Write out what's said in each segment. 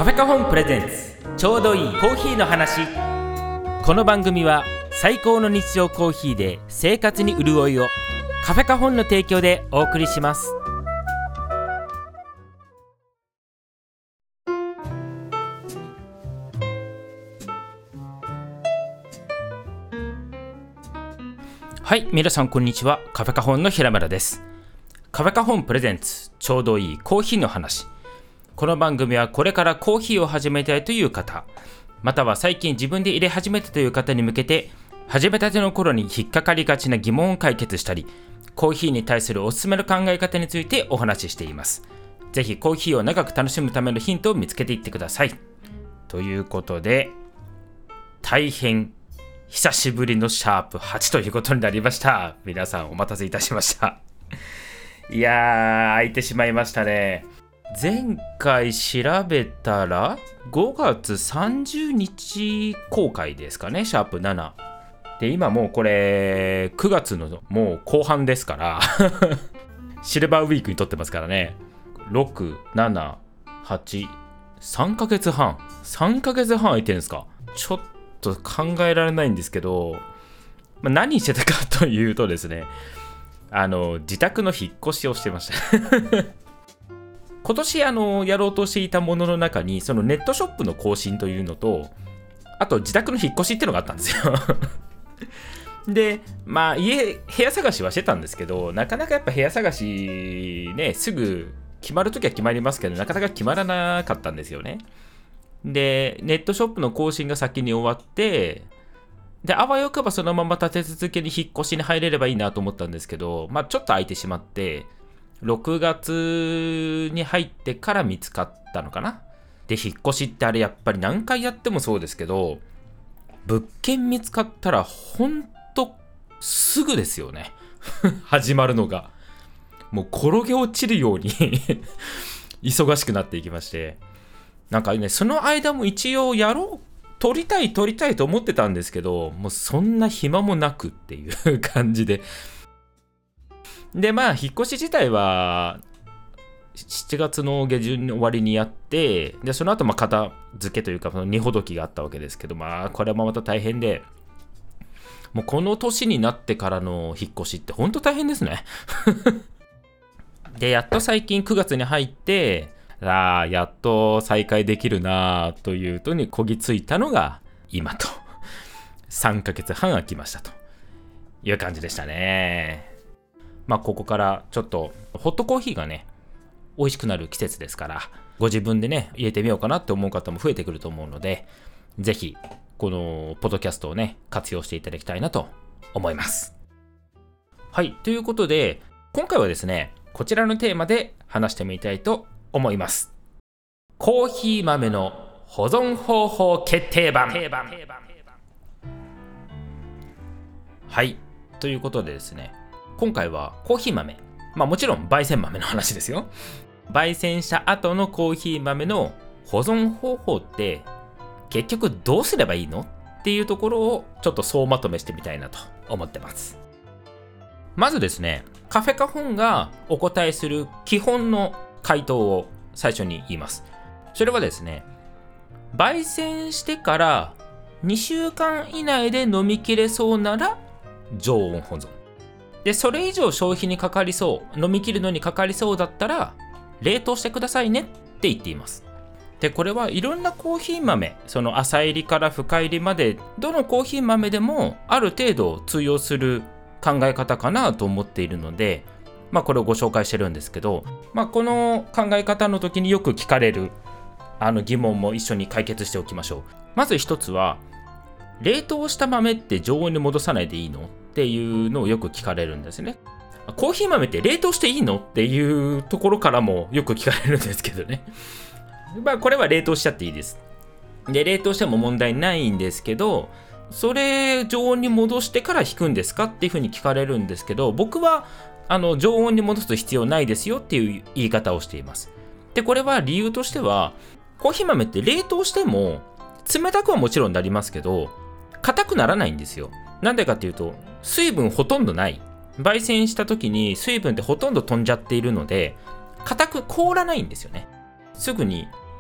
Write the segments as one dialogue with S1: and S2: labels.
S1: カフェカホンプレゼンツちょうどいいコーヒーの話。この番組は最高の日常コーヒーで生活に潤いを、カフェカホンの提供でお送りします。はい、皆さんこんにちは。カフェカホンの平村です。カフェカホンプレゼンツちょうどいいコーヒーの話。この番組はこれからコーヒーを始めたいという方、または最近自分で入れ始めたという方に向けて、始めたての頃に引っかかりがちな疑問を解決したり、コーヒーに対するおすすめの考え方についてお話ししています。ぜひコーヒーを長く楽しむためのヒントを見つけていってください。ということで、大変久しぶりのシャープ8ということになりました。皆さんお待たせいたしました。いやー、空いてしまいましたね。前回調べたら5月30日公開ですかね、シャープ7で、今もうこれ9月のもう後半ですからシルバーウィークに撮ってますからね。6、7、8、3ヶ月半空いてるんですか。ちょっと考えられないんですけど、何してたかというとですね、自宅の引っ越しをしてました今年やろうとしていたものの中に、そのネットショップの更新というのと、あと自宅の引っ越しっていうのがあったんですよで、部屋探しはしてたんですけど、なかなかやっぱ部屋探しね、すぐ決まるときは決まりますけど、なかなか決まらなかったんですよね。で、ネットショップの更新が先に終わって、で、あわよくばそのまま立て続けに引っ越しに入れればいいなと思ったんですけど、ちょっと空いてしまって、6月に入ってから見つかったのかな。で、引っ越しってあれやっぱり何回やってもそうですけど、物件見つかったらほんとすぐですよね始まるのがもう転げ落ちるように忙しくなっていきまして、なんかね、その間も一応撮りたいと思ってたんですけど、もうそんな暇もなくっていう感じで、で、引っ越し自体は7月の下旬に終わりにやって、でその後片付けというか荷ほどきがあったわけですけど、これもまた大変で、もうこの年になってからの引っ越しって本当大変ですねで、やっと最近9月に入って、やっと再開できるなというとにこぎついたのが今と3ヶ月半空きましたという感じでしたね。ここからちょっとホットコーヒーがね、美味しくなる季節ですから、ご自分でね入れてみようかなって思う方も増えてくると思うので、ぜひこのポッドキャストをね活用していただきたいなと思います。はい、ということで今回はですね、こちらのテーマで話してみたいと思います。コーヒー豆の保存方法決定版。はい、ということでですね、今回はコーヒー豆、もちろん焙煎豆の話ですよ。焙煎した後のコーヒー豆の保存方法って結局どうすればいいのっていうところをちょっと総まとめしてみたいなと思ってます。まずですね、カフェカホンがお答えする基本の回答を最初に言います。それはですね、焙煎してから2週間以内で飲み切れそうなら常温保存で、それ以上消費にかかりそう、飲み切るのにかかりそうだったら冷凍してくださいねって言っています。で、これはいろんなコーヒー豆、その浅入りから深入りまでどのコーヒー豆でもある程度通用する考え方かなと思っているので、これをご紹介してるんですけど、この考え方の時によく聞かれる疑問も一緒に解決しておきましょう。まず一つは、冷凍した豆って常温に戻さないでいいのっていうのをよく聞かれるんですね。コーヒー豆って冷凍していいのっていうところからもよく聞かれるんですけどね。これは冷凍しちゃっていいです。で、冷凍しても問題ないんですけど、それ常温に戻してから引くんですかっていうふうに聞かれるんですけど、僕は常温に戻す必要ないですよっていう言い方をしています。で、これは理由としては、コーヒー豆って冷凍しても冷たくはもちろんなりますけど、硬くならないんですよ。なんでかっていうと、水分ほとんどない。焙煎した時に水分ってほとんど飛んじゃっているので、硬く凍らないんですよね。すぐに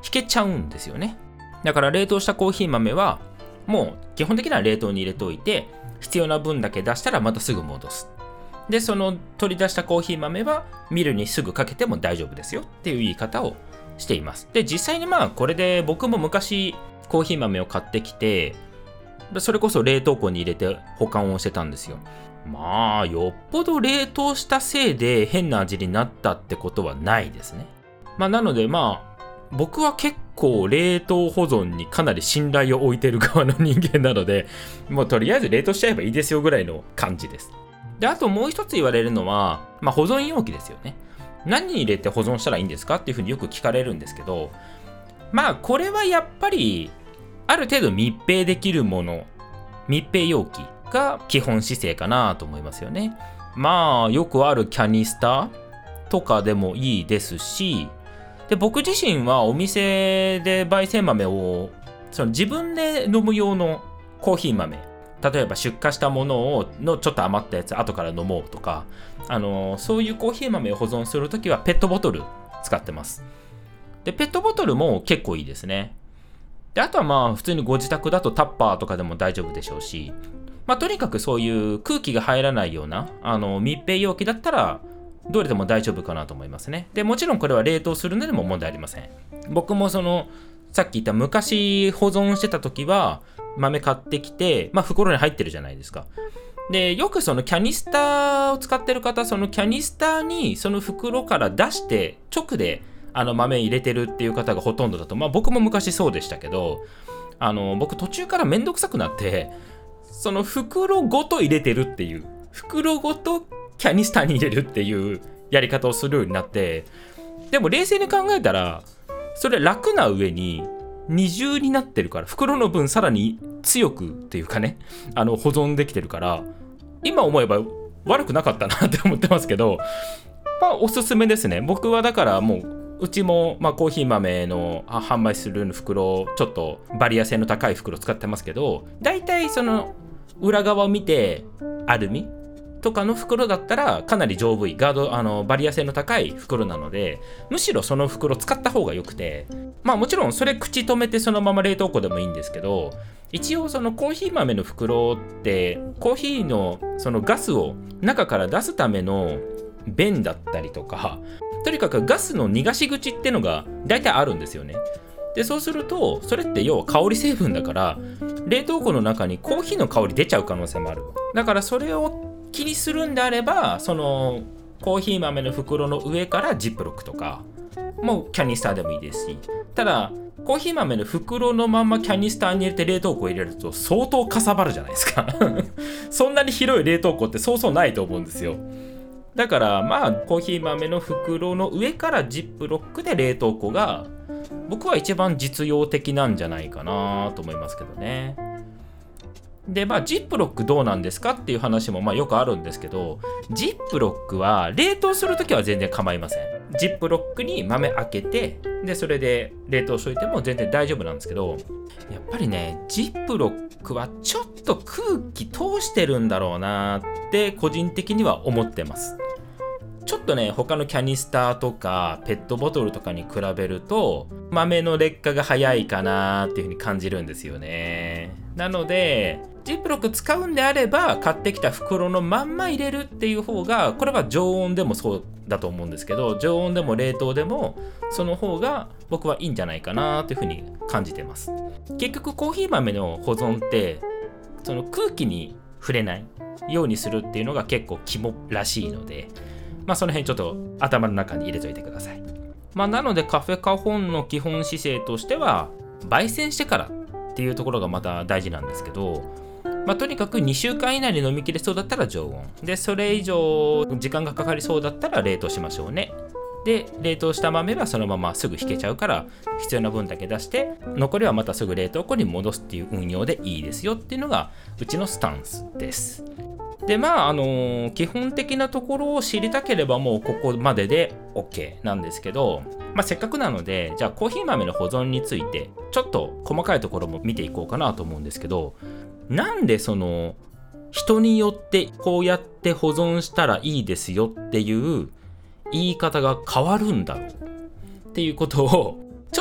S1: けちゃうんですよね。だから冷凍したコーヒー豆はもう基本的には冷凍に入れておいて、必要な分だけ出したらまたすぐ戻す。でその取り出したコーヒー豆はミルにすぐかけても大丈夫ですよっていう言い方をしています。で実際にこれで僕も昔コーヒー豆を買ってきて、それこそ冷凍庫に入れて保管をしてたんですよ。よっぽど冷凍したせいで変な味になったってことはないですね。なので僕は結構冷凍保存にかなり信頼を置いてる側の人間なので、もうとりあえず冷凍しちゃえばいいですよぐらいの感じです。であともう一つ言われるのは、保存容器ですよね。何に入れて保存したらいいんですかっていうふうによく聞かれるんですけど、これはやっぱりある程度密閉できるもの、密閉容器が基本姿勢かなと思いますよね。よくあるキャニスターとかでもいいですし、で僕自身はお店で焙煎豆を自分で飲む用のコーヒー豆、例えば出荷したもののちょっと余ったやつ後から飲もうとか、そういうコーヒー豆を保存するときはペットボトル使ってます。でペットボトルも結構いいですね。であとは普通にご自宅だとタッパーとかでも大丈夫でしょうし、とにかくそういう空気が入らないような密閉容器だったらどれでも大丈夫かなと思いますね。でもちろんこれは冷凍するのでも問題ありません。僕もさっき言った昔保存してた時は豆買ってきて、袋に入ってるじゃないですか。でよくそのキャニスターを使ってる方、そのキャニスターにその袋から出して直で豆入れてるっていう方がほとんどだと、僕も昔そうでしたけど、僕途中からめんどくさくなって、その袋ごと入れてるっていう、袋ごとキャニスターに入れるっていうやり方をするようになって、でも冷静に考えたらそれ楽な上に二重になってるから、袋の分さらに強くっていうかね、保存できてるから、今思えば悪くなかったなって思ってますけど、おすすめですね。僕はだからもうちもコーヒー豆の販売する袋、ちょっとバリア性の高い袋使ってますけど、だいたいその裏側を見てアルミとかの袋だったらかなり丈夫いガードバリア性の高い袋なので、むしろその袋使った方が良くて、もちろんそれ口止めてそのまま冷凍庫でもいいんですけど、一応そのコーヒー豆の袋ってコーヒーのそのガスを中から出すための弁だったりとか、とにかくガスの逃がし口ってのが大体あるんですよね。でそうするとそれって要は香り成分だから、冷凍庫の中にコーヒーの香り出ちゃう可能性もある。だからそれを気にするんであれば、そのコーヒー豆の袋の上からジップロックとかもうキャニスターでもいいですし、ただコーヒー豆の袋のままキャニスターに入れて冷凍庫入れると相当かさばるじゃないですかそんなに広い冷凍庫ってそうそうないと思うんですよ。だからコーヒー豆の袋の上からジップロックで冷凍庫が僕は一番実用的なんじゃないかなと思いますけどね。でジップロックどうなんですかっていう話もよくあるんですけど、ジップロックは冷凍するときは全然構いません。ジップロックに豆開けて、でそれで冷凍しといても全然大丈夫なんですけど、やっぱりねジップロックはちょっと空気通してるんだろうなって個人的には思ってます。ちょっとね他のキャニスターとかペットボトルとかに比べると豆の劣化が早いかなっていう風に感じるんですよね。なのでジップロック使うんであれば買ってきた袋のまんま入れるっていう方が、これは常温でもそうだと思うんですけど、常温でも冷凍でもその方が僕はいいんじゃないかなという風に感じてます。結局コーヒー豆の保存ってその空気に触れないようにするっていうのが結構肝らしいので、その辺ちょっと頭の中に入れといてください。なのでカフェカホンの基本姿勢としては焙煎してからっていうところがまた大事なんですけど、とにかく2週間以内に飲み切れそうだったら常温で、それ以上時間がかかりそうだったら冷凍しましょうね。で冷凍した豆はそのまますぐ引けちゃうから必要な分だけ出して、残りはまたすぐ冷凍庫に戻すっていう運用でいいですよっていうのがうちのスタンスです。で基本的なところを知りたければもうここまでで OK なんですけど、せっかくなのでじゃあコーヒー豆の保存についてちょっと細かいところも見ていこうかなと思うんですけど、なんでその人によってこうやって保存したらいいですよっていう言い方が変わるんだろうっていうことをちょっ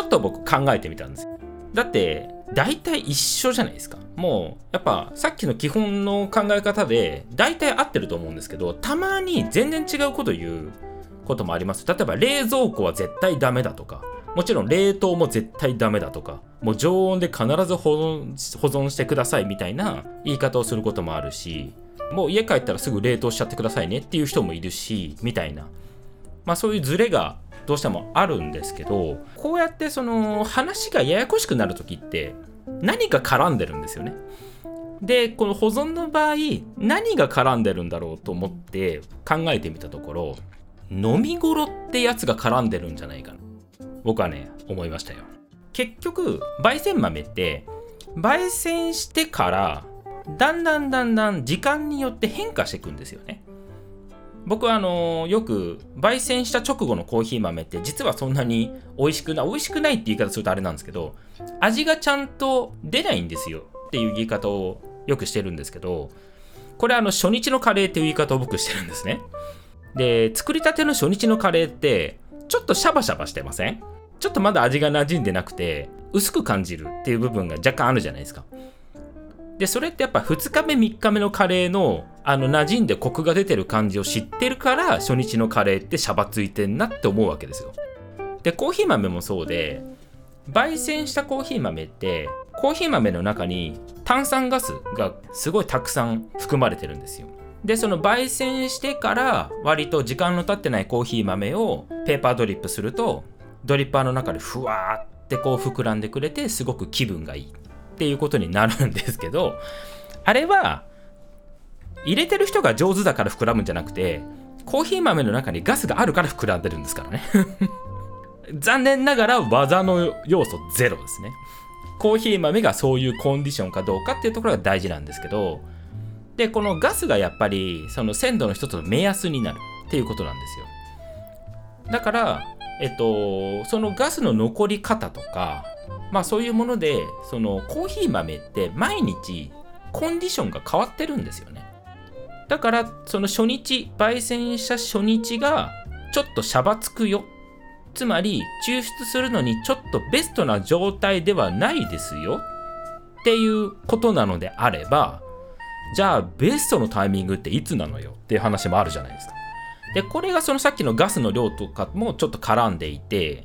S1: と僕考えてみたんですよ。だって大体一緒じゃないですか。もうやっぱさっきの基本の考え方で大体合ってると思うんですけど、たまに全然違うこと言うこともあります。例えば冷蔵庫は絶対ダメだとか、もちろん冷凍も絶対ダメだとか、もう常温で必ず保存してくださいみたいな言い方をすることもあるし、もう家帰ったらすぐ冷凍しちゃってくださいねっていう人もいるしみたいな、そういうズレがどうしてもあるんですけど、こうやってその話がややこしくなるときって何か絡んでるんですよね。でこの保存の場合何が絡んでるんだろうと思って考えてみたところ、飲み頃ってやつが絡んでるんじゃないかな、僕はね思いましたよ。結局焙煎豆って焙煎してからだんだん時間によって変化していくんですよね。僕はよく焙煎した直後のコーヒー豆って実はそんなに美味しくないって言い方するとあれなんですけど、味がちゃんと出ないんですよっていう言い方をよくしてるんですけど、これ初日のカレーっていう言い方を僕してるんですね。で作りたての初日のカレーってちょっとシャバシャバしてません？ちょっとまだ味が馴染んでなくて薄く感じるっていう部分が若干あるじゃないですか。でそれってやっぱ2日目3日目のカレーの馴染んでコクが出てる感じを知ってるから初日のカレーってシャバついてんなって思うわけですよ。でコーヒー豆もそうで、焙煎したコーヒー豆ってコーヒー豆の中に炭酸ガスがすごいたくさん含まれてるんですよ。でその焙煎してから割と時間の経ってないコーヒー豆をペーパードリップするとドリッパーの中でふわーってこう膨らんでくれてすごく気分がいいっていうことになるんですけど、あれは入れてる人が上手だから膨らむんじゃなくて、コーヒー豆の中にガスがあるから膨らんでるんですからね残念ながら技の要素ゼロですね。コーヒー豆がそういうコンディションかどうかっていうところが大事なんですけど、でこのガスがやっぱりその鮮度の一つの目安になるっていうことなんですよ。だからそのガスの残り方とか、そういうものでそのコーヒー豆って毎日コンディションが変わってるんですよね。だからその初日焙煎した初日がちょっとシャバつくよ、つまり抽出するのにちょっとベストな状態ではないですよっていうことなのであれば、じゃあベストのタイミングっていつなのよっていう話もあるじゃないですか。でこれがそのさっきのガスの量とかもちょっと絡んでいて、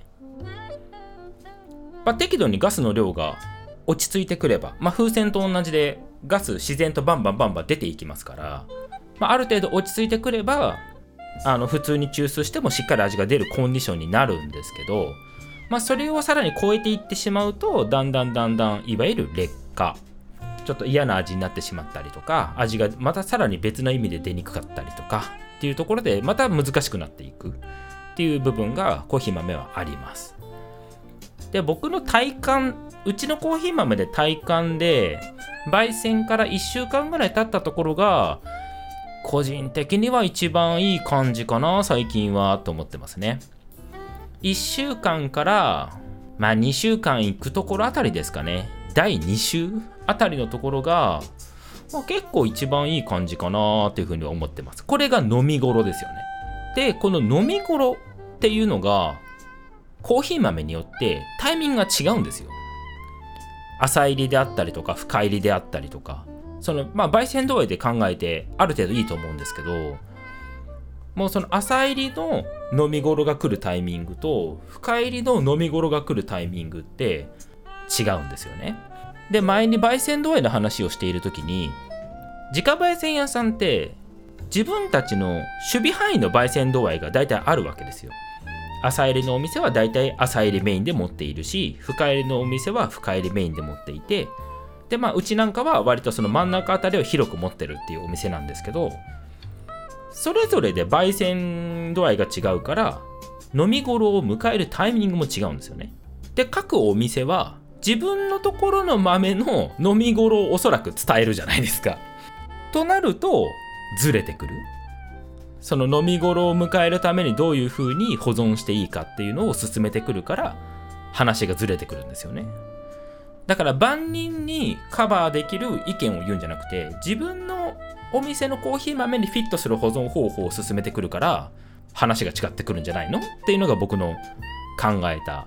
S1: 適度にガスの量が落ち着いてくれば、風船と同じでガス自然とバンバン出ていきますから、ある程度落ち着いてくれば普通に抽出してもしっかり味が出るコンディションになるんですけど、それをさらに超えていってしまうとだんだんいわゆる劣化、ちょっと嫌な味になってしまったりとか、味がまたさらに別の意味で出にくかったりとかっていうところでまた難しくなっていくっていう部分がコーヒー豆はあります。で僕の体感、うちのコーヒー豆で体感で焙煎から1週間ぐらい経ったところが個人的には一番いい感じかな最近はと思ってますね。1週間から2週間行くところあたりですかね。第2週あたりのところが、結構一番いい感じかなというふうには思ってます。これが飲み頃ですよね。でこの飲み頃っていうのがコーヒー豆によってタイミングが違うんですよ。浅入りであったりとか深入りであったりとか、その焙煎度合いで考えてある程度いいと思うんですけど、もうその浅入りの飲み頃が来るタイミングと深入りの飲み頃が来るタイミングって違うんですよね。で前に焙煎度合いの話をしている時に、自家焙煎屋さんって自分たちの守備範囲の焙煎度合いが大体あるわけですよ。浅入りのお店は大体浅入りメインで持っているし、深入りのお店は深入りメインで持っていて、でうちなんかは割とその真ん中あたりを広く持ってるっていうお店なんですけど、それぞれで焙煎度合いが違うから飲み頃を迎えるタイミングも違うんですよね。で各お店は自分のところの豆の飲み頃をおそらく伝えるじゃないですか。となるとずれてくる。その飲み頃を迎えるためにどういう風に保存していいかっていうのを進めてくるから話がずれてくるんですよね。だから万人にカバーできる意見を言うんじゃなくて、自分のお店のコーヒー豆にフィットする保存方法を進めてくるから話が違ってくるんじゃないのっていうのが僕の考えた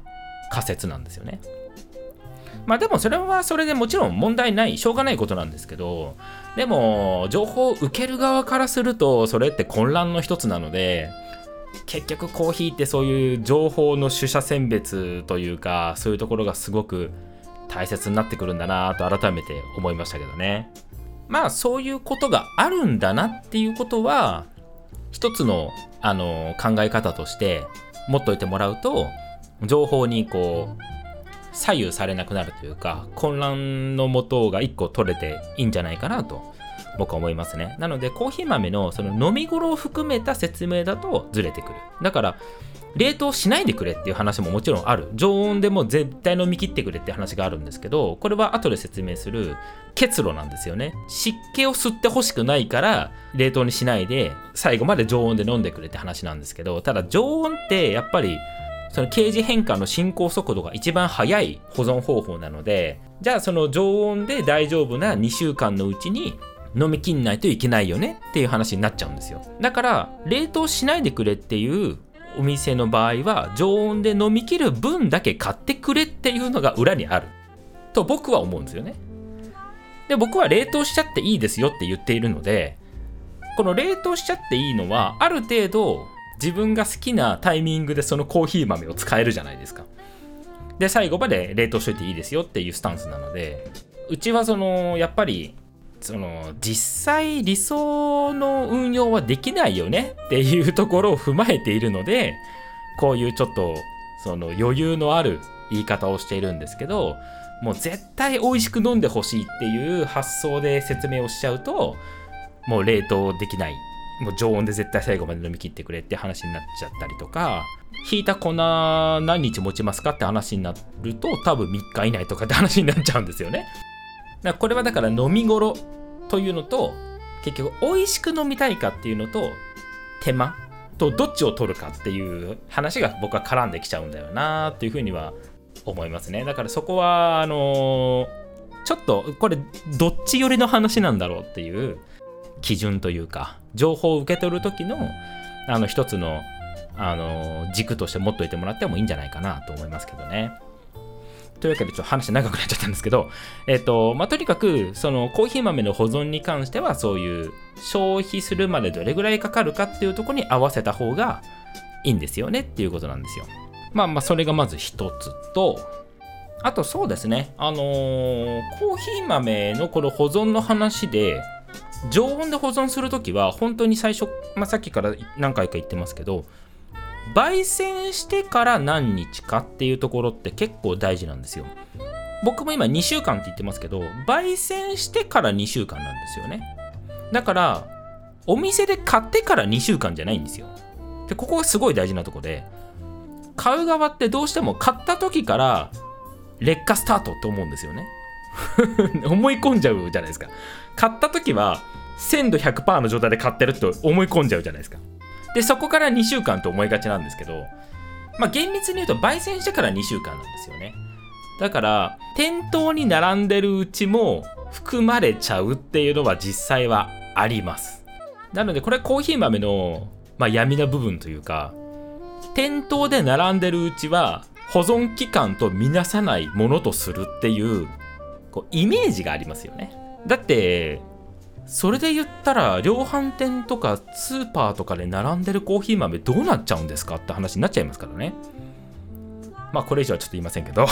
S1: 仮説なんですよね。まあでもそれはそれでもちろん問題ない、しょうがないことなんですけど、でも情報を受ける側からするとそれって混乱の一つなので、結局コーヒーってそういう情報の取捨選別というか、そういうところがすごく大切になってくるんだなと改めて思いましたけどね。まあそういうことがあるんだなっていうことは一つの、考え方として持っといてもらうと、情報にこう左右されなくなるというか、混乱の元が一個取れていいんじゃないかなと僕は思いますね。なのでコーヒー豆のその飲み頃を含めた説明だとずれてくる。だから冷凍しないでくれっていう話ももちろんある。常温でも絶対飲み切ってくれって話があるんですけど、これは後で説明する結露なんですよね。湿気を吸ってほしくないから冷凍にしないで最後まで常温で飲んでくれって話なんですけど、ただ常温ってやっぱりその形状変化の進行速度が一番速い保存方法なので、じゃあその常温で大丈夫な2週間のうちに飲み切んないといけないよねっていう話になっちゃうんですよ。だから冷凍しないでくれっていうお店の場合は常温で飲み切る分だけ買ってくれっていうのが裏にあると僕は思うんですよね。で、僕は冷凍しちゃっていいですよって言っているので、この冷凍しちゃっていいのはある程度自分が好きなタイミングでそのコーヒー豆を使えるじゃないですか。で、最後まで冷凍しといていいですよっていうスタンスなので、うちはやっぱり実際理想の運用はできないよねっていうところを踏まえているので、こういうちょっと余裕のある言い方をしているんですけど、もう絶対美味しく飲んでほしいっていう発想で説明をしちゃうと、もう冷凍できない、もう常温で絶対最後まで飲み切ってくれって話になっちゃったりとか、ひいた粉何日持ちますかって話になると多分3日以内とかって話になっちゃうんですよね。だからこれはだから飲み頃というのと、結局美味しく飲みたいかっていうのと、手間とどっちを取るかっていう話が僕は絡んできちゃうんだよなっていうふうには思いますね。だからそこはちょっとこれどっち寄りの話なんだろうっていう基準というか、情報を受け取る時の一つの軸として持っといてもらってもいいんじゃないかなと思いますけどね。というわけでちょっと話長くなっちゃったんですけど、とにかくそのコーヒー豆の保存に関してはそういう消費するまでどれぐらいかかるかっていうところに合わせた方がいいんですよねっていうことなんですよ。まあそれがまず一つと、あとそうですね、コーヒー豆のこの保存の話で、常温で保存するときは本当に最初、さっきから何回か言ってますけど、焙煎してから何日かっていうところって結構大事なんですよ。僕も今2週間って言ってますけど、焙煎してから2週間なんですよね。だからお店で買ってから2週間じゃないんですよ。で、ここがすごい大事なとこで、買う側ってどうしても買った時から劣化スタートって思うんですよね。思い込んじゃうじゃないですか。買った時は鮮度 100% の状態で買ってると思い込んじゃうじゃないですか。で、そこから2週間と思いがちなんですけど、厳密に言うと焙煎してから2週間なんですよね。だから店頭に並んでるうちも含まれちゃうっていうのは実際はあります。なのでこれコーヒー豆の、闇な部分というか、店頭で並んでるうちは保存期間とみなさないものとするっていう、イメージがありますよね。だってそれで言ったら量販店とかスーパーとかで並んでるコーヒー豆どうなっちゃうんですかって話になっちゃいますからね。これ以上はちょっと言いませんけど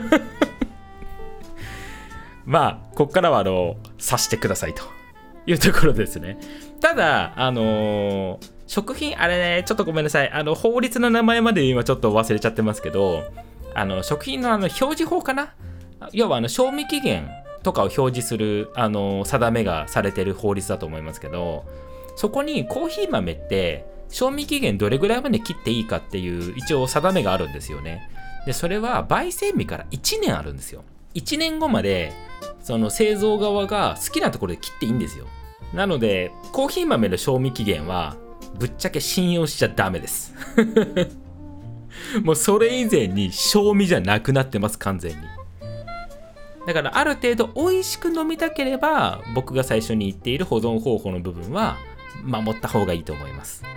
S1: こっからは察してくださいというところですね。ただ食品あれね、ちょっとごめんなさい、法律の名前まで今ちょっと忘れちゃってますけど、食品の表示法かな、要は賞味期限とかを表示する定めがされてる法律だと思いますけど、そこにコーヒー豆って賞味期限どれぐらいまで切っていいかっていう一応定めがあるんですよね。で、それは焙煎日から1年あるんですよ。1年後までその製造側が好きなところで切っていいんですよ。なのでコーヒー豆の賞味期限はぶっちゃけ信用しちゃダメですもうそれ以前に賞味じゃなくなってます、完全に。だからある程度美味しく飲みたければ、僕が最初に言っている保存方法の部分は守った方がいいと思います。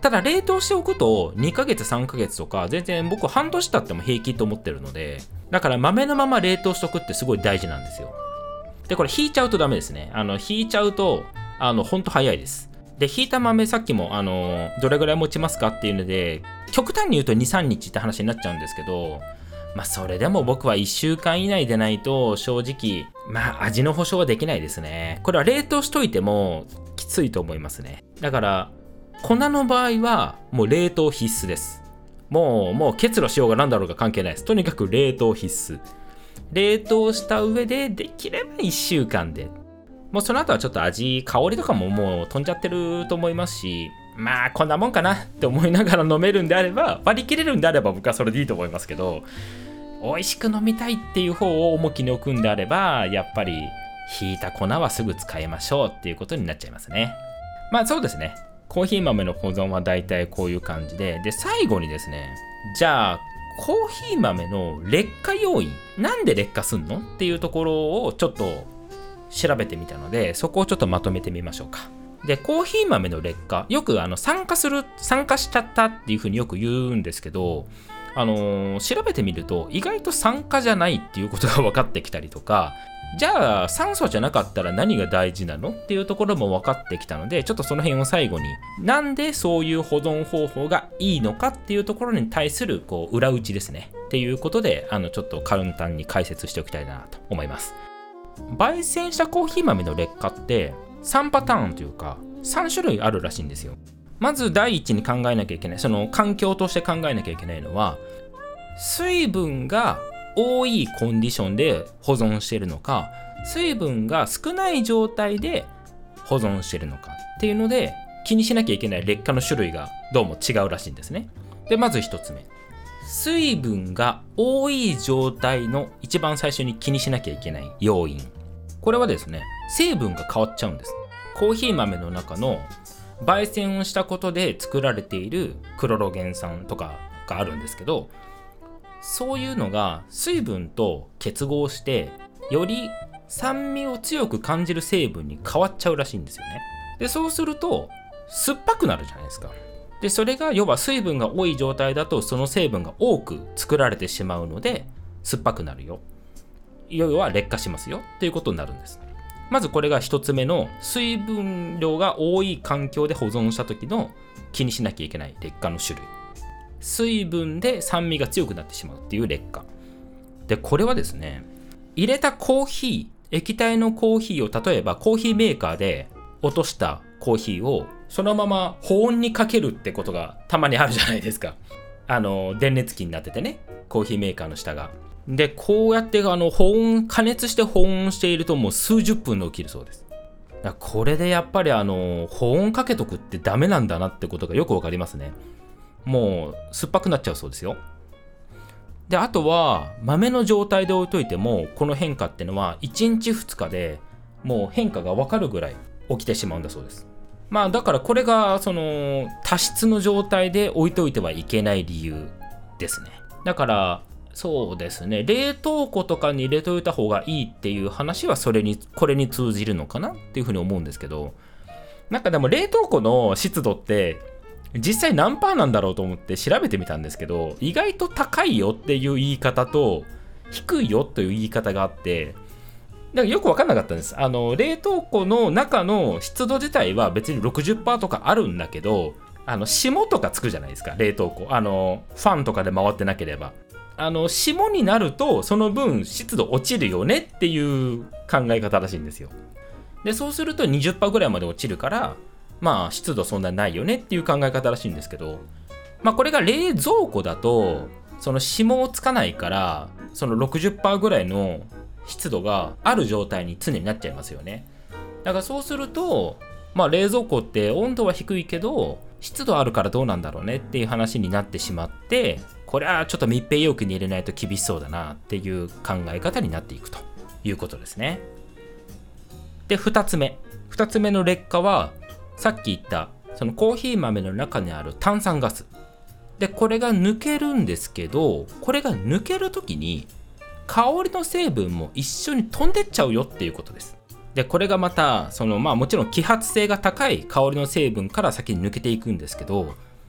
S1: ただ冷凍しておくと2ヶ月3ヶ月とか全然僕半年経っても平気と思ってるので、だから豆のまま冷凍しとくってすごい大事なんですよ。でこれ引いちゃうとダメですね。引いちゃうとほんと早いです。で引いた豆さっきもどれぐらい持ちますかっていうので極端に言うと 2,3 日って話になっちゃうんですけど、まあそれでも僕は1週間以内でないと正直味の保証はできないですね。これは冷凍しといてもきついと思いますね。だから粉の場合はもう冷凍必須です。もう結露しようがなんだろうが関係ないです。とにかく冷凍必須。冷凍した上でできれば1週間で。もうその後はちょっと香りとかももう飛んじゃってると思いますし、こんなもんかなって思いながら飲めるんであれば、割り切れるんであれば僕はそれでいいと思いますけど、美味しく飲みたいっていう方を重きに置くんであれば、やっぱり引いた粉はすぐ使いましょうっていうことになっちゃいますね。そうですね。コーヒー豆の保存はだいたいこういう感じで、最後にですね、じゃあコーヒー豆の劣化要因、なんで劣化すんのっていうところをちょっと調べてみたので、そこをちょっとまとめてみましょうか。でコーヒー豆の劣化、よく酸化しちゃったっていうふうによく言うんですけど、調べてみると意外と酸化じゃないっていうことが分かってきたりとか、じゃあ酸素じゃなかったら何が大事なのっていうところも分かってきたので、ちょっとその辺を最後になんでそういう保存方法がいいのかっていうところに対する裏打ちですねっていうことでちょっと簡単に解説しておきたいなと思います。焙煎したコーヒー豆の劣化って3パターンというか3種類あるらしいんですよ。まず第一に考えなきゃいけない、その環境として考えなきゃいけないのは、水分が多いコンディションで保存しているのか、水分が少ない状態で保存しているのかっていうので気にしなきゃいけない劣化の種類がどうも違うらしいんですね。でまず1つ目、水分が多い状態の一番最初に気にしなきゃいけない要因、これはですね、成分が変わっちゃうんです。コーヒー豆の中の焙煎をしたことで作られているクロロゲン酸とかがあるんですけど、そういうのが水分と結合してより酸味を強く感じる成分に変わっちゃうらしいんですよね。でそうすると酸っぱくなるじゃないですか。でそれが要は水分が多い状態だとその成分が多く作られてしまうので酸っぱくなるよ、要は劣化しますよっていうことになるんです。まずこれが一つ目の水分量が多い環境で保存した時の気にしなきゃいけない劣化の種類、水分で酸味が強くなってしまうっていう劣化で、これはですね、入れたコーヒー、液体のコーヒーを例えばコーヒーメーカーで落としたコーヒーをそのまま保温にかけるってことがたまにあるじゃないですか。電熱器になっててね、コーヒーメーカーの下が。でこうやって加熱して保温しているともう数十分で起きるそうです。だからこれでやっぱり保温かけとくってダメなんだなってことがよくわかりますね。もう酸っぱくなっちゃうそうですよ。であとは豆の状態で置いといてもこの変化ってのは1日2日でもう変化がわかるぐらい起きてしまうんだそうです。だからこれがその多湿の状態で置いといてはいけない理由ですね。だからそうですね、冷凍庫とかに入れといた方がいいっていう話はこれに通じるのかなっていうふうに思うんですけど、でも冷凍庫の湿度って実際何パーなんだろうと思って調べてみたんですけど、意外と高いよっていう言い方と低いよという言い方があって、よく分かんなかったんです。冷凍庫の中の湿度自体は別に 60% とかあるんだけど、霜とかつくじゃないですか、冷凍庫。ファンとかで回ってなければ。霜になるとその分湿度落ちるよねっていう考え方らしいんですよ。でそうすると 20% ぐらいまで落ちるから湿度そんなないよねっていう考え方らしいんですけど、これが冷蔵庫だとその霜をつかないからその 60% ぐらいの湿度がある状態に常になっちゃいますよね。だからそうすると冷蔵庫って温度は低いけど湿度あるからどうなんだろうねっていう話になってしまって、これはちょっと密閉容器に入れないと厳しそうだなっていう考え方になっていくということですね。で2つ目の劣化はさっき言ったそのコーヒー豆の中にある炭酸ガスで、これが抜けるんですけど、これが抜けるときに香りの成分も一緒に飛んでっちゃうよっていうことです。でこれがまたもちろん揮発性が高い香りの成分から先に抜けていくんですけど、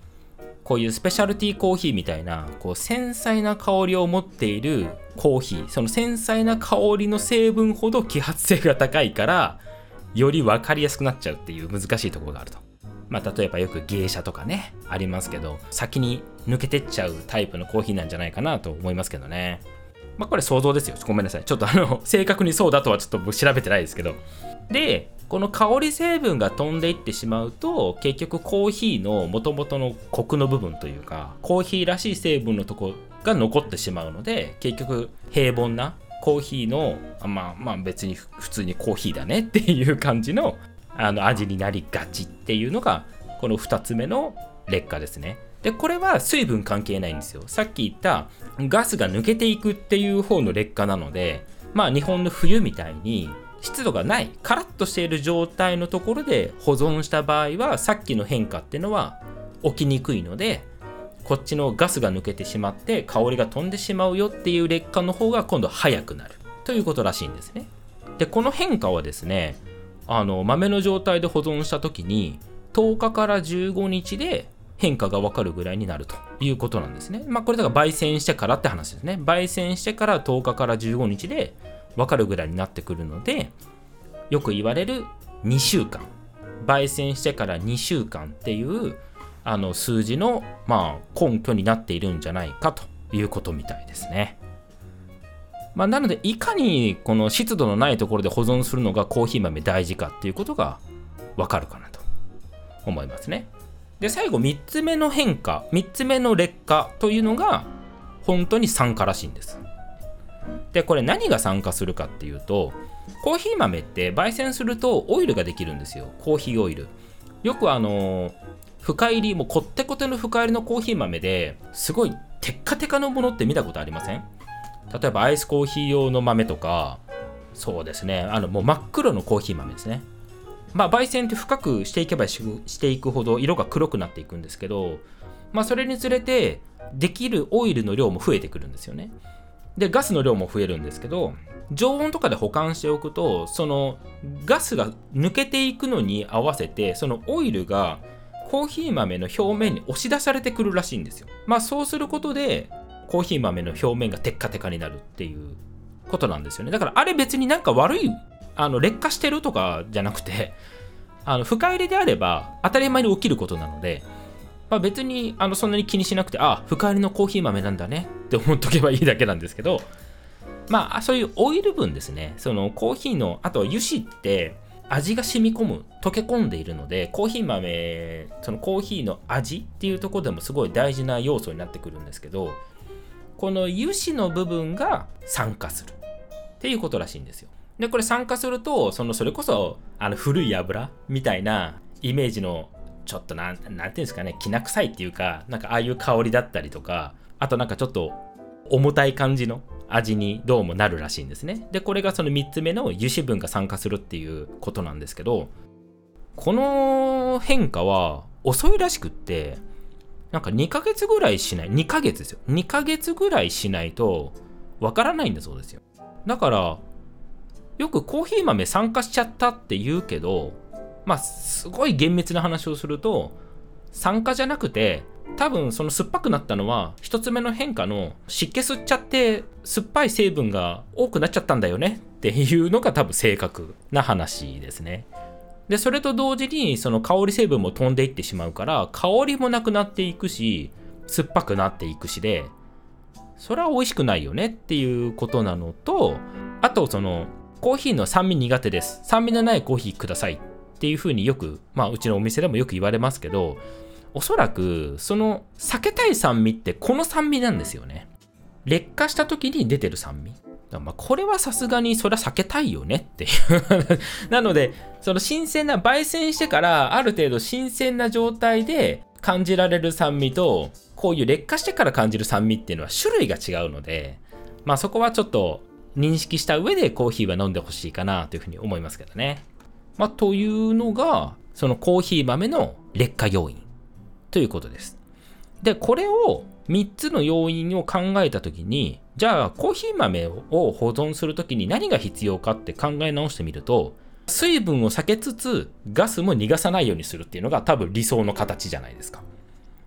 S1: こういうスペシャルティーコーヒーみたいなこう繊細な香りを持っているコーヒー、その繊細な香りの成分ほど揮発性が高いからより分かりやすくなっちゃうっていう難しいところがあると。例えばよく芸者とかねありますけど、先に抜けてっちゃうタイプのコーヒーなんじゃないかなと思いますけどね。これ想像ですよ。ごめんなさい。ちょっと正確にそうだとはちょっと僕調べてないですけど。で、この香り成分が飛んでいってしまうと、結局コーヒーの元々のコクの部分というか、コーヒーらしい成分のとこが残ってしまうので、結局平凡なコーヒーの、別に普通にコーヒーだねっていう感じの、味になりがちっていうのが、この2つ目の劣化ですね。で、これは水分関係ないんですよ。さっき言ったガスが抜けていくっていう方の劣化なので、日本の冬みたいに湿度がない、カラッとしている状態のところで保存した場合は、さっきの変化っていうのは起きにくいので、こっちのガスが抜けてしまって香りが飛んでしまうよっていう劣化の方が今度早くなるということらしいんですね。で、この変化はですね、豆の状態で保存した時に10日から15日で変化が分かるぐらいになるということなんですね。これだから焙煎してからって話ですね。焙煎してから10日から15日で分かるぐらいになってくるので、よく言われる2週間、焙煎してから2週間っていう数字の根拠になっているんじゃないかということみたいですね。なのでいかにこの湿度のないところで保存するのがコーヒー豆大事かっていうことが分かるかなと思いますね。で、最後3つ目の変化、3つ目の劣化というのが本当に酸化らしいんです。で、これ何が酸化するかっていうと、コーヒー豆って焙煎するとオイルができるんですよ。コーヒーオイル。よく深入り、もうこってこての深入りのコーヒー豆ですごいテッカテカのものって見たことありません？例えばアイスコーヒー用の豆とか、そうですね、もう真っ黒のコーヒー豆ですね。焙煎って深くしていけばしていくほど色が黒くなっていくんですけど、それにつれてできるオイルの量も増えてくるんですよね。で、ガスの量も増えるんですけど、常温とかで保管しておくと、そのガスが抜けていくのに合わせて、そのオイルがコーヒー豆の表面に押し出されてくるらしいんですよ。そうすることでコーヒー豆の表面がテッカテカになるっていうことなんですよね。だからあれ別になんか悪い劣化してるとかじゃなくて、深入りであれば当たり前に起きることなので、別にそんなに気にしなくて、深入りのコーヒー豆なんだねって思っとけばいいだけなんですけど、そういうオイル分ですね、そのコーヒーの、あとは油脂って味が染み込む、溶け込んでいるので、コーヒー豆、そのコーヒーの味っていうところでもすごい大事な要素になってくるんですけど、この油脂の部分が酸化するっていうことらしいんですよ。で、これ酸化すると、それこそ古い油みたいなイメージのちょっとなんていうんですかね、きな臭いっていうか、なんかああいう香りだったりとか、あとなんかちょっと重たい感じの味にどうもなるらしいんですね。で、これがその3つ目の油脂分が酸化するっていうことなんですけど、この変化は遅いらしくって、なんか2ヶ月ぐらいしない、2ヶ月ですよ。2ヶ月ぐらいしないとわからないんだそうですよ。だから、よくコーヒー豆酸化しちゃったって言うけど、すごい厳密な話をすると、酸化じゃなくて、多分その酸っぱくなったのは、一つ目の変化の湿気吸っちゃって酸っぱい成分が多くなっちゃったんだよねっていうのが多分正確な話ですね。で、それと同時にその香り成分も飛んでいってしまうから、香りもなくなっていくし、酸っぱくなっていくしで、それは美味しくないよねっていうことなのと、あとそのコーヒーの酸味苦手です、酸味のないコーヒーくださいっていう風によく、うちのお店でもよく言われますけど、おそらくその避けたい酸味ってこの酸味なんですよね。劣化した時に出てる酸味。これはさすがにそれは避けたいよねっていうなので、その新鮮な焙煎してからある程度新鮮な状態で感じられる酸味と、こういう劣化してから感じる酸味っていうのは種類が違うので、そこはちょっと認識した上でコーヒーは飲んでほしいかなというふうに思いますけどね。というのがそのコーヒー豆の劣化要因ということです。で、これを3つの要因を考えたときに、じゃあコーヒー豆を保存するときに何が必要かって考え直してみると、水分を避けつつガスも逃がさないようにするっていうのが多分理想の形じゃないですか。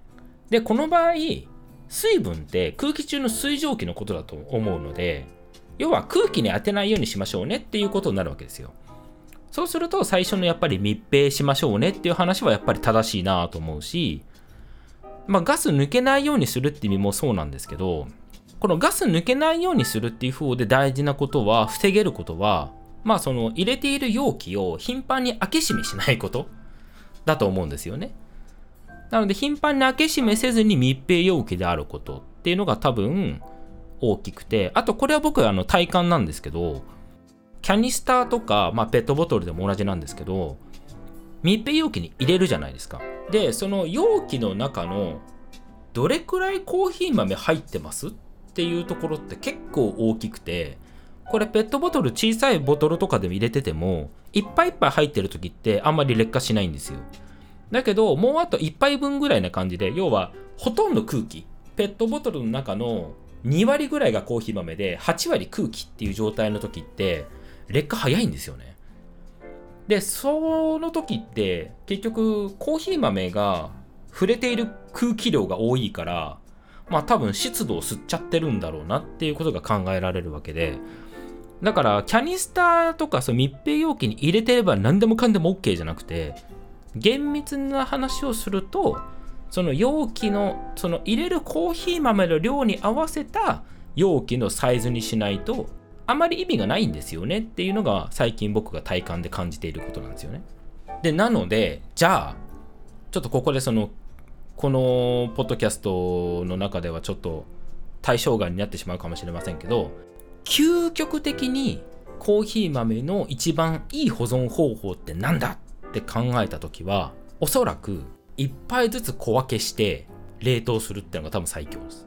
S1: で、この場合、水分って空気中の水蒸気のことだと思うので、要は空気に当てないようにしましょうねっていうことになるわけですよ。そうすると最初のやっぱり密閉しましょうねっていう話はやっぱり正しいなと思うし、ガス抜けないようにするって意味もそうなんですけど、このガス抜けないようにするっていう風で大事なことは、防げることは、その入れている容器を頻繁に開け閉めしないことだと思うんですよね。なので頻繁に開け閉めせずに密閉容器であることっていうのが多分大きくて、あとこれは僕は体感なんですけど、キャニスターとか、ペットボトルでも同じなんですけど、密閉容器に入れるじゃないですか。で、その容器の中のどれくらいコーヒー豆入ってますっていうところって結構大きくて、これペットボトル小さいボトルとかでも入れててもいっぱいいっぱい入ってる時ってあんまり劣化しないんですよ。だけどもうあと1杯分ぐらいな感じで、要はほとんど空気、ペットボトルの中の2割ぐらいがコーヒー豆で8割空気っていう状態の時って劣化早いんですよね。で、その時って結局コーヒー豆が触れている空気量が多いから、多分湿度を吸っちゃってるんだろうなっていうことが考えられるわけで、だからキャニスターとか密閉容器に入れてれば何でもかんでも OK じゃなくて、厳密な話をすると、その容器のその入れるコーヒー豆の量に合わせた容器のサイズにしないとあまり意味がないんですよねっていうのが最近僕が体感で感じていることなんですよね。で、なのでじゃあちょっとここでこのポッドキャストの中ではちょっと対象外になってしまうかもしれませんけど、究極的にコーヒー豆の一番いい保存方法ってなんだって考えたときは、おそらく1杯ずつ小分けして冷凍するっていうのが多分最強です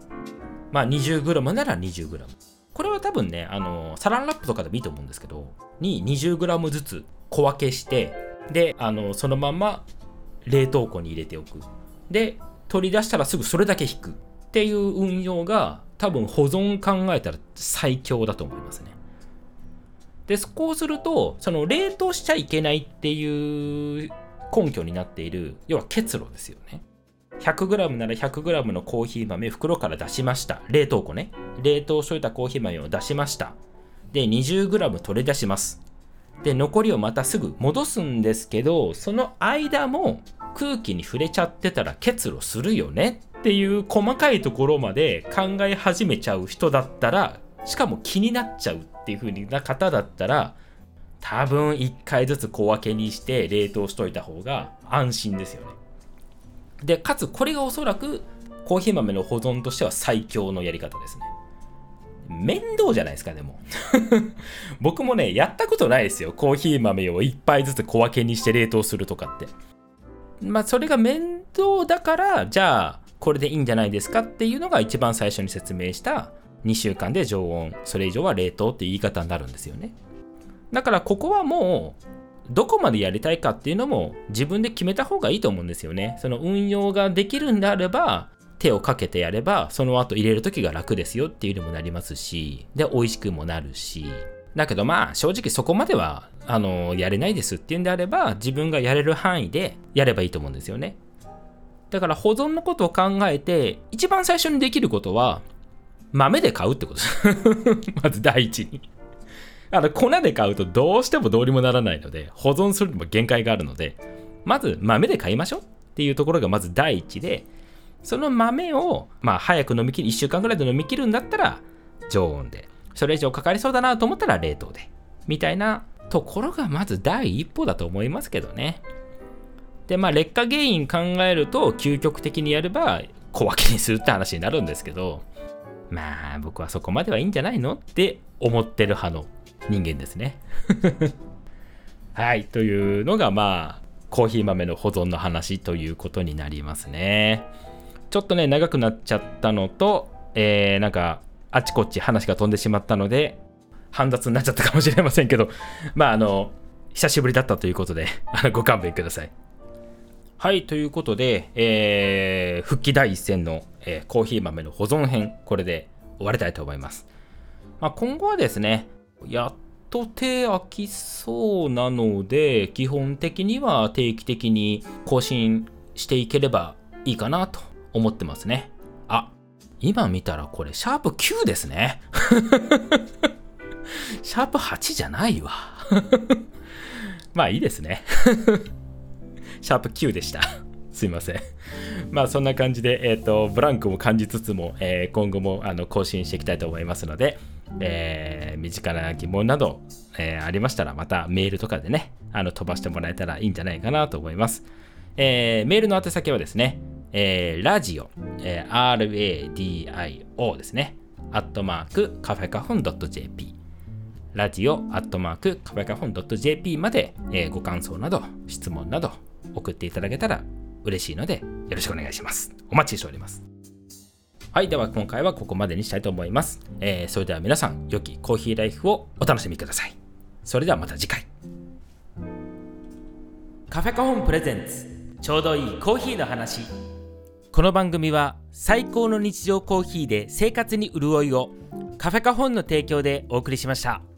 S1: 。20g なら 20g。これは多分ね、サランラップとかでもいいと思うんですけど、に 20g ずつ小分けして、で、そのまま冷凍庫に入れておく。で、取り出したらすぐそれだけ引くっていう運用が多分保存考えたら最強だと思いますね。で、こうすると、その冷凍しちゃいけないっていう根拠になっている、要は結露ですよね。100g なら 100g のコーヒー豆袋から出しました。冷凍庫ね。冷凍しといたコーヒー豆を出しました。で、20g 取り出します。で、残りをまたすぐ戻すんですけど、その間も空気に触れちゃってたら結露するよねっていう細かいところまで考え始めちゃう人だったら、しかも気になっちゃうっていう風な方だったら、多分1回ずつ小分けにして冷凍しといた方が安心ですよね。で、かつこれがおそらくコーヒー豆の保存としては最強のやり方ですね。面倒じゃないですか。でも僕もね、やったことないですよ。コーヒー豆を1杯ずつ小分けにして冷凍するとかって。それが面倒だから、じゃあこれでいいんじゃないですかっていうのが一番最初に説明した2週間で常温、それ以上は冷凍っていう言い方になるんですよね。だからここはもうどこまでやりたいかっていうのも自分で決めた方がいいと思うんですよね。その運用ができるんであれば、手をかけてやればその後入れる時が楽ですよっていうにもなりますし、で美味しくもなるし、だけど正直そこまではやれないですっていうんであれば、自分がやれる範囲でやればいいと思うんですよね。だから保存のことを考えて一番最初にできることは豆で買うってことですまず第一に粉で買うとどうしてもどうにもならないので、保存するにも限界があるので、まず豆で買いましょうっていうところがまず第一で、その豆を早く飲み切る、1週間ぐらいで飲み切るんだったら常温で、それ以上かかりそうだなと思ったら冷凍でみたいなところがまず第一歩だと思いますけどね。で、劣化原因考えると究極的にやれば小分けにするって話になるんですけど、僕はそこまではいいんじゃないのって思ってる派の人間ですねはい、というのがコーヒー豆の保存の話ということになりますね。ちょっとね長くなっちゃったのと、なんかあちこち話が飛んでしまったので煩雑になっちゃったかもしれませんけど、久しぶりだったということでご勘弁ください。はい、ということで、復帰第一戦の、コーヒー豆の保存編、これで終わりたいと思います。今後はですね、やっと手空きそうなので、基本的には定期的に更新していければいいかなと思ってますね。あ、今見たらこれシャープ9ですね。シャープ8じゃないわ。まあいいですね。シャープ9でした。すいません。まあそんな感じで、ブランクも感じつつも、今後も更新していきたいと思いますので、身近な疑問など、ありましたらまたメールとかでね、飛ばしてもらえたらいいんじゃないかなと思います。メールの宛先はですね、ラジオ、RADIO ですね、カフェカホン .jp、ラジオカフェカホン .jp まで、ご感想など質問など送っていただけたら嬉しいのでよろしくお願いします。お待ちしております。はい、では今回はここまでにしたいと思います。それでは皆さん、良きコーヒーライフをお楽しみください。それではまた次回。カフェカホンプレゼンツ、ちょうどいいコーヒーの話。この番組は最高の日常コーヒーで生活に潤いを、カフェカホンの提供でお送りしました。